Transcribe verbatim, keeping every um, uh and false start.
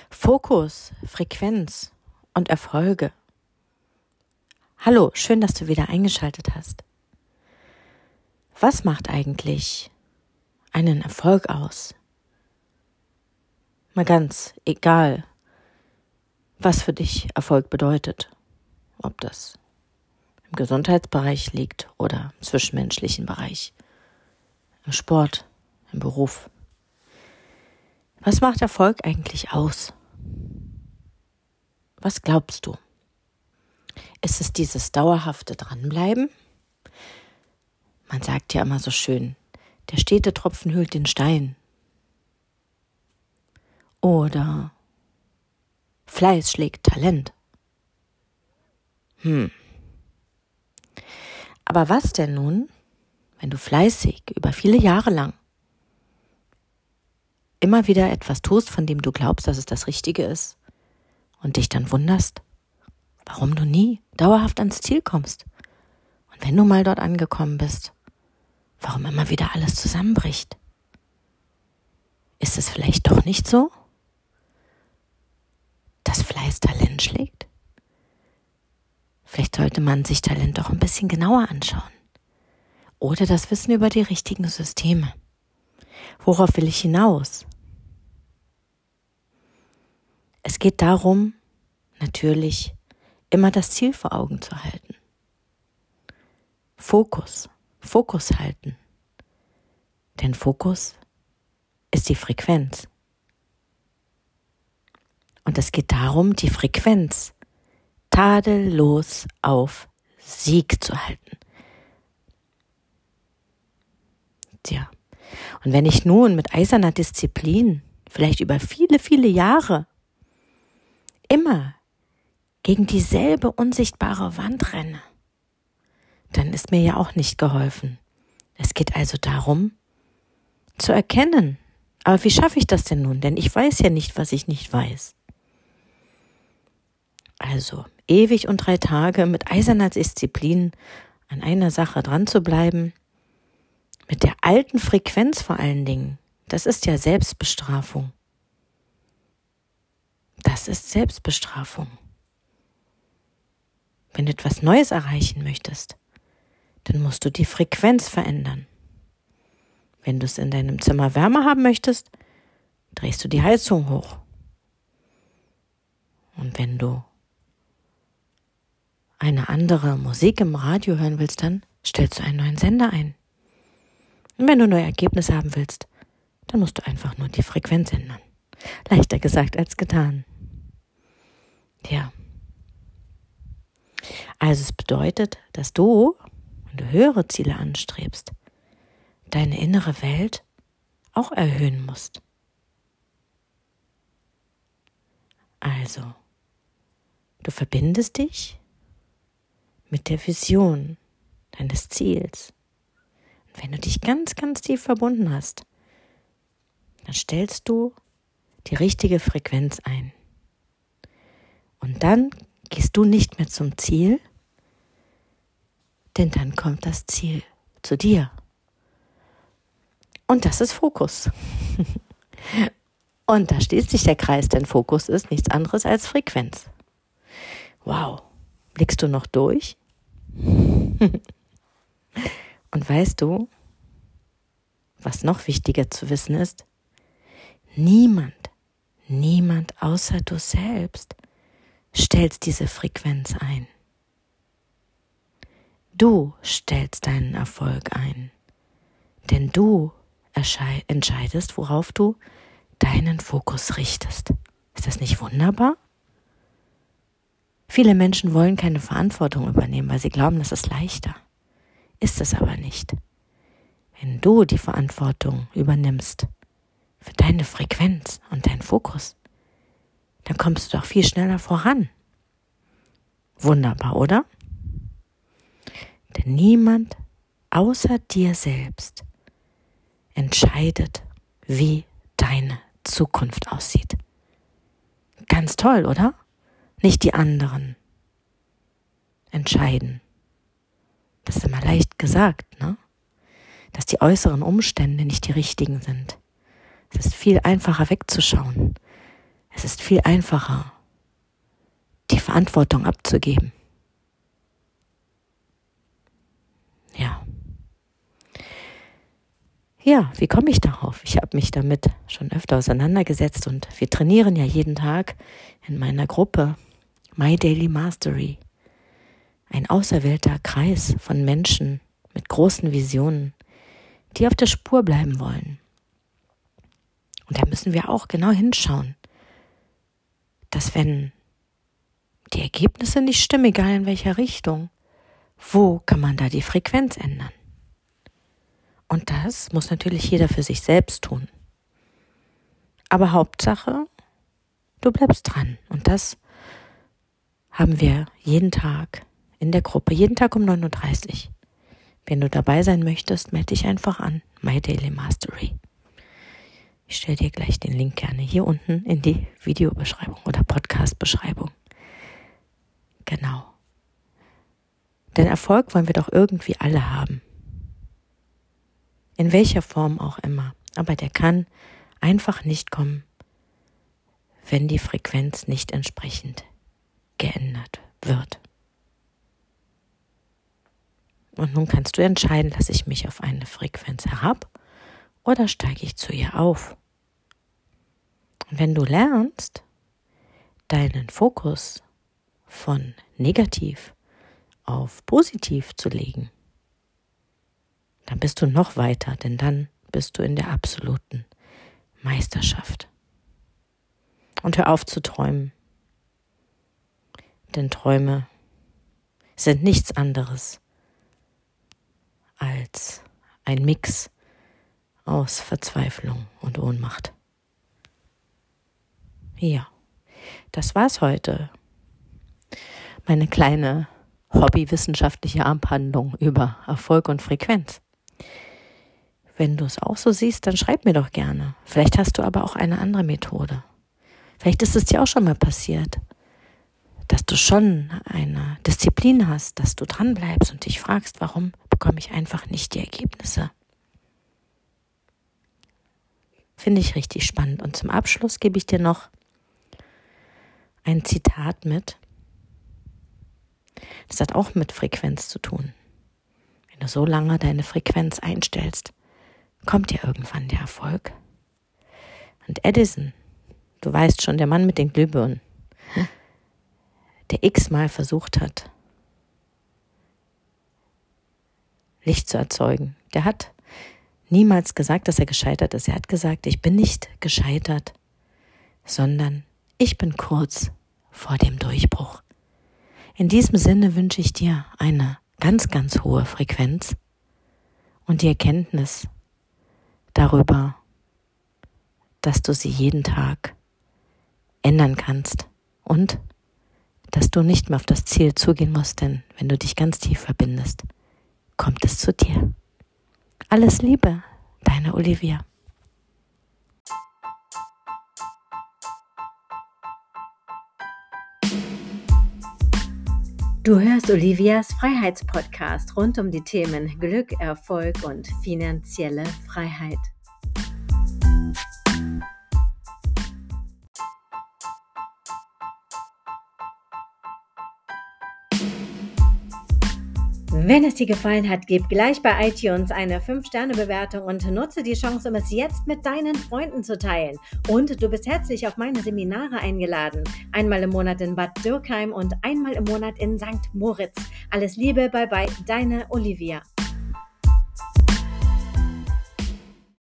Fokus, Frequenz und Erfolge. Hallo, schön, dass du wieder eingeschaltet hast. Was macht eigentlich einen Erfolg aus? Mal ganz egal, was für dich Erfolg bedeutet. Ob das im Gesundheitsbereich liegt oder im zwischenmenschlichen Bereich, im Sport, im Beruf. Was macht Erfolg eigentlich aus? Was glaubst du? Ist es dieses dauerhafte Dranbleiben? Man sagt ja immer so schön, der stete Tropfen höhlt den Stein. Oder Fleiß schlägt Talent. Hm. Aber was denn nun, wenn du fleißig über viele Jahre lang immer wieder etwas tust, von dem du glaubst, dass es das Richtige ist und dich dann wunderst, warum du nie dauerhaft ans Ziel kommst? Und wenn du mal dort angekommen bist, warum immer wieder alles zusammenbricht? Ist es vielleicht doch nicht so, dass Fleiß Talent schlägt? Vielleicht sollte man sich Talent doch ein bisschen genauer anschauen. Oder das Wissen über die richtigen Systeme. Worauf will ich hinaus? Es geht darum, natürlich immer das Ziel vor Augen zu halten. Fokus, Fokus halten. Denn Fokus ist die Frequenz. Und es geht darum, die Frequenz tadellos auf Sieg zu halten. Tja, und wenn ich nun mit eiserner Disziplin, vielleicht über viele, viele Jahre, immer gegen dieselbe unsichtbare Wand renne, dann ist mir ja auch nicht geholfen. Es geht also darum, zu erkennen. Aber wie schaffe ich das denn nun? Denn ich weiß ja nicht, was ich nicht weiß. Also ewig und drei Tage mit eiserner Disziplin an einer Sache dran zu bleiben, mit der alten Frequenz vor allen Dingen, das ist ja Selbstbestrafung. Das ist Selbstbestrafung. Wenn du etwas Neues erreichen möchtest, dann musst du die Frequenz verändern. Wenn du es in deinem Zimmer wärmer haben möchtest, drehst du die Heizung hoch. Und wenn du eine andere Musik im Radio hören willst, dann stellst du einen neuen Sender ein. Und wenn du neue Ergebnisse haben willst, dann musst du einfach nur die Frequenz ändern. Leichter gesagt als getan. Ja. Also es bedeutet, dass du, wenn du höhere Ziele anstrebst, deine innere Welt auch erhöhen musst. Also, du verbindest dich mit der Vision deines Ziels. Und wenn du dich ganz, ganz tief verbunden hast, dann stellst du die richtige Frequenz ein. Und dann gehst du nicht mehr zum Ziel, denn dann kommt das Ziel zu dir. Und das ist Fokus. Und da schließt sich der Kreis, denn Fokus ist nichts anderes als Frequenz. Wow, blickst du noch durch? Und weißt du, was noch wichtiger zu wissen ist? Niemand, niemand außer du selbst stellst diese Frequenz ein. Du stellst deinen Erfolg ein, denn du ersche- entscheidest, worauf du deinen Fokus richtest. Ist das nicht wunderbar? Viele Menschen wollen keine Verantwortung übernehmen, weil sie glauben, das ist leichter. Ist es aber nicht. Wenn du die Verantwortung übernimmst für deine Frequenz und deinen Fokus, dann kommst du doch viel schneller voran. Wunderbar, oder? Denn niemand außer dir selbst entscheidet, wie deine Zukunft aussieht. Ganz toll, oder? Nicht die anderen entscheiden. Das ist immer leicht gesagt, ne? Dass die äußeren Umstände nicht die richtigen sind. Es ist viel einfacher wegzuschauen. Es ist viel einfacher, die Verantwortung abzugeben. Ja. Ja, wie komme ich darauf? Ich habe mich damit schon öfter auseinandergesetzt und wir trainieren ja jeden Tag in meiner Gruppe My Daily Mastery. Ein auserwählter Kreis von Menschen mit großen Visionen, die auf der Spur bleiben wollen. Und da müssen wir auch genau hinschauen, dass wenn die Ergebnisse nicht stimmen, egal in welcher Richtung, wo kann man da die Frequenz ändern? Und das muss natürlich jeder für sich selbst tun. Aber Hauptsache, du bleibst dran. Und das haben wir jeden Tag in der Gruppe, jeden Tag um neun Uhr dreißig. Wenn du dabei sein möchtest, melde dich einfach an. My Daily Mastery. Ich stelle dir gleich den Link gerne hier unten in die Videobeschreibung oder Podcast-Beschreibung. Genau. Denn Erfolg wollen wir doch irgendwie alle haben. In welcher Form auch immer. Aber der kann einfach nicht kommen, wenn die Frequenz nicht entsprechend geändert wird. Und nun kannst du entscheiden, lasse ich mich auf eine Frequenz herab oder steige ich zu ihr auf. Und wenn du lernst, deinen Fokus von negativ auf positiv zu legen, dann bist du noch weiter, denn dann bist du in der absoluten Meisterschaft. Und hör auf zu träumen, denn Träume sind nichts anderes als ein Mix aus Verzweiflung und Ohnmacht. Ja, das war's heute. Meine kleine hobbywissenschaftliche Abhandlung über Erfolg und Frequenz. Wenn du es auch so siehst, dann schreib mir doch gerne. Vielleicht hast du aber auch eine andere Methode. Vielleicht ist es dir auch schon mal passiert, dass du schon eine Disziplin hast, dass du dranbleibst und dich fragst, warum bekomme ich einfach nicht die Ergebnisse. Finde ich richtig spannend. Und zum Abschluss gebe ich dir noch ein Zitat mit. Das hat auch mit Frequenz zu tun. Wenn du so lange deine Frequenz einstellst, kommt dir irgendwann der Erfolg. Und Edison, du weißt schon, der Mann mit den Glühbirnen, der x-mal versucht hat, Licht zu erzeugen, der hat niemals gesagt, dass er gescheitert ist. Er hat gesagt, ich bin nicht gescheitert, sondern ich bin kurz vor dem Durchbruch. In diesem Sinne wünsche ich dir eine ganz, ganz hohe Frequenz und die Erkenntnis darüber, dass du sie jeden Tag ändern kannst und dass du nicht mehr auf das Ziel zugehen musst, denn wenn du dich ganz tief verbindest, kommt es zu dir. Alles Liebe, deine Olivia. Du hörst Olivias Freiheitspodcast rund um die Themen Glück, Erfolg und finanzielle Freiheit. Wenn es dir gefallen hat, gib gleich bei iTunes eine fünf Sterne Bewertung und nutze die Chance, um es jetzt mit deinen Freunden zu teilen. Und du bist herzlich auf meine Seminare eingeladen. Einmal im Monat in Bad Dürkheim und einmal im Monat in Sankt Moritz. Alles Liebe, bye bye, deine Olivia.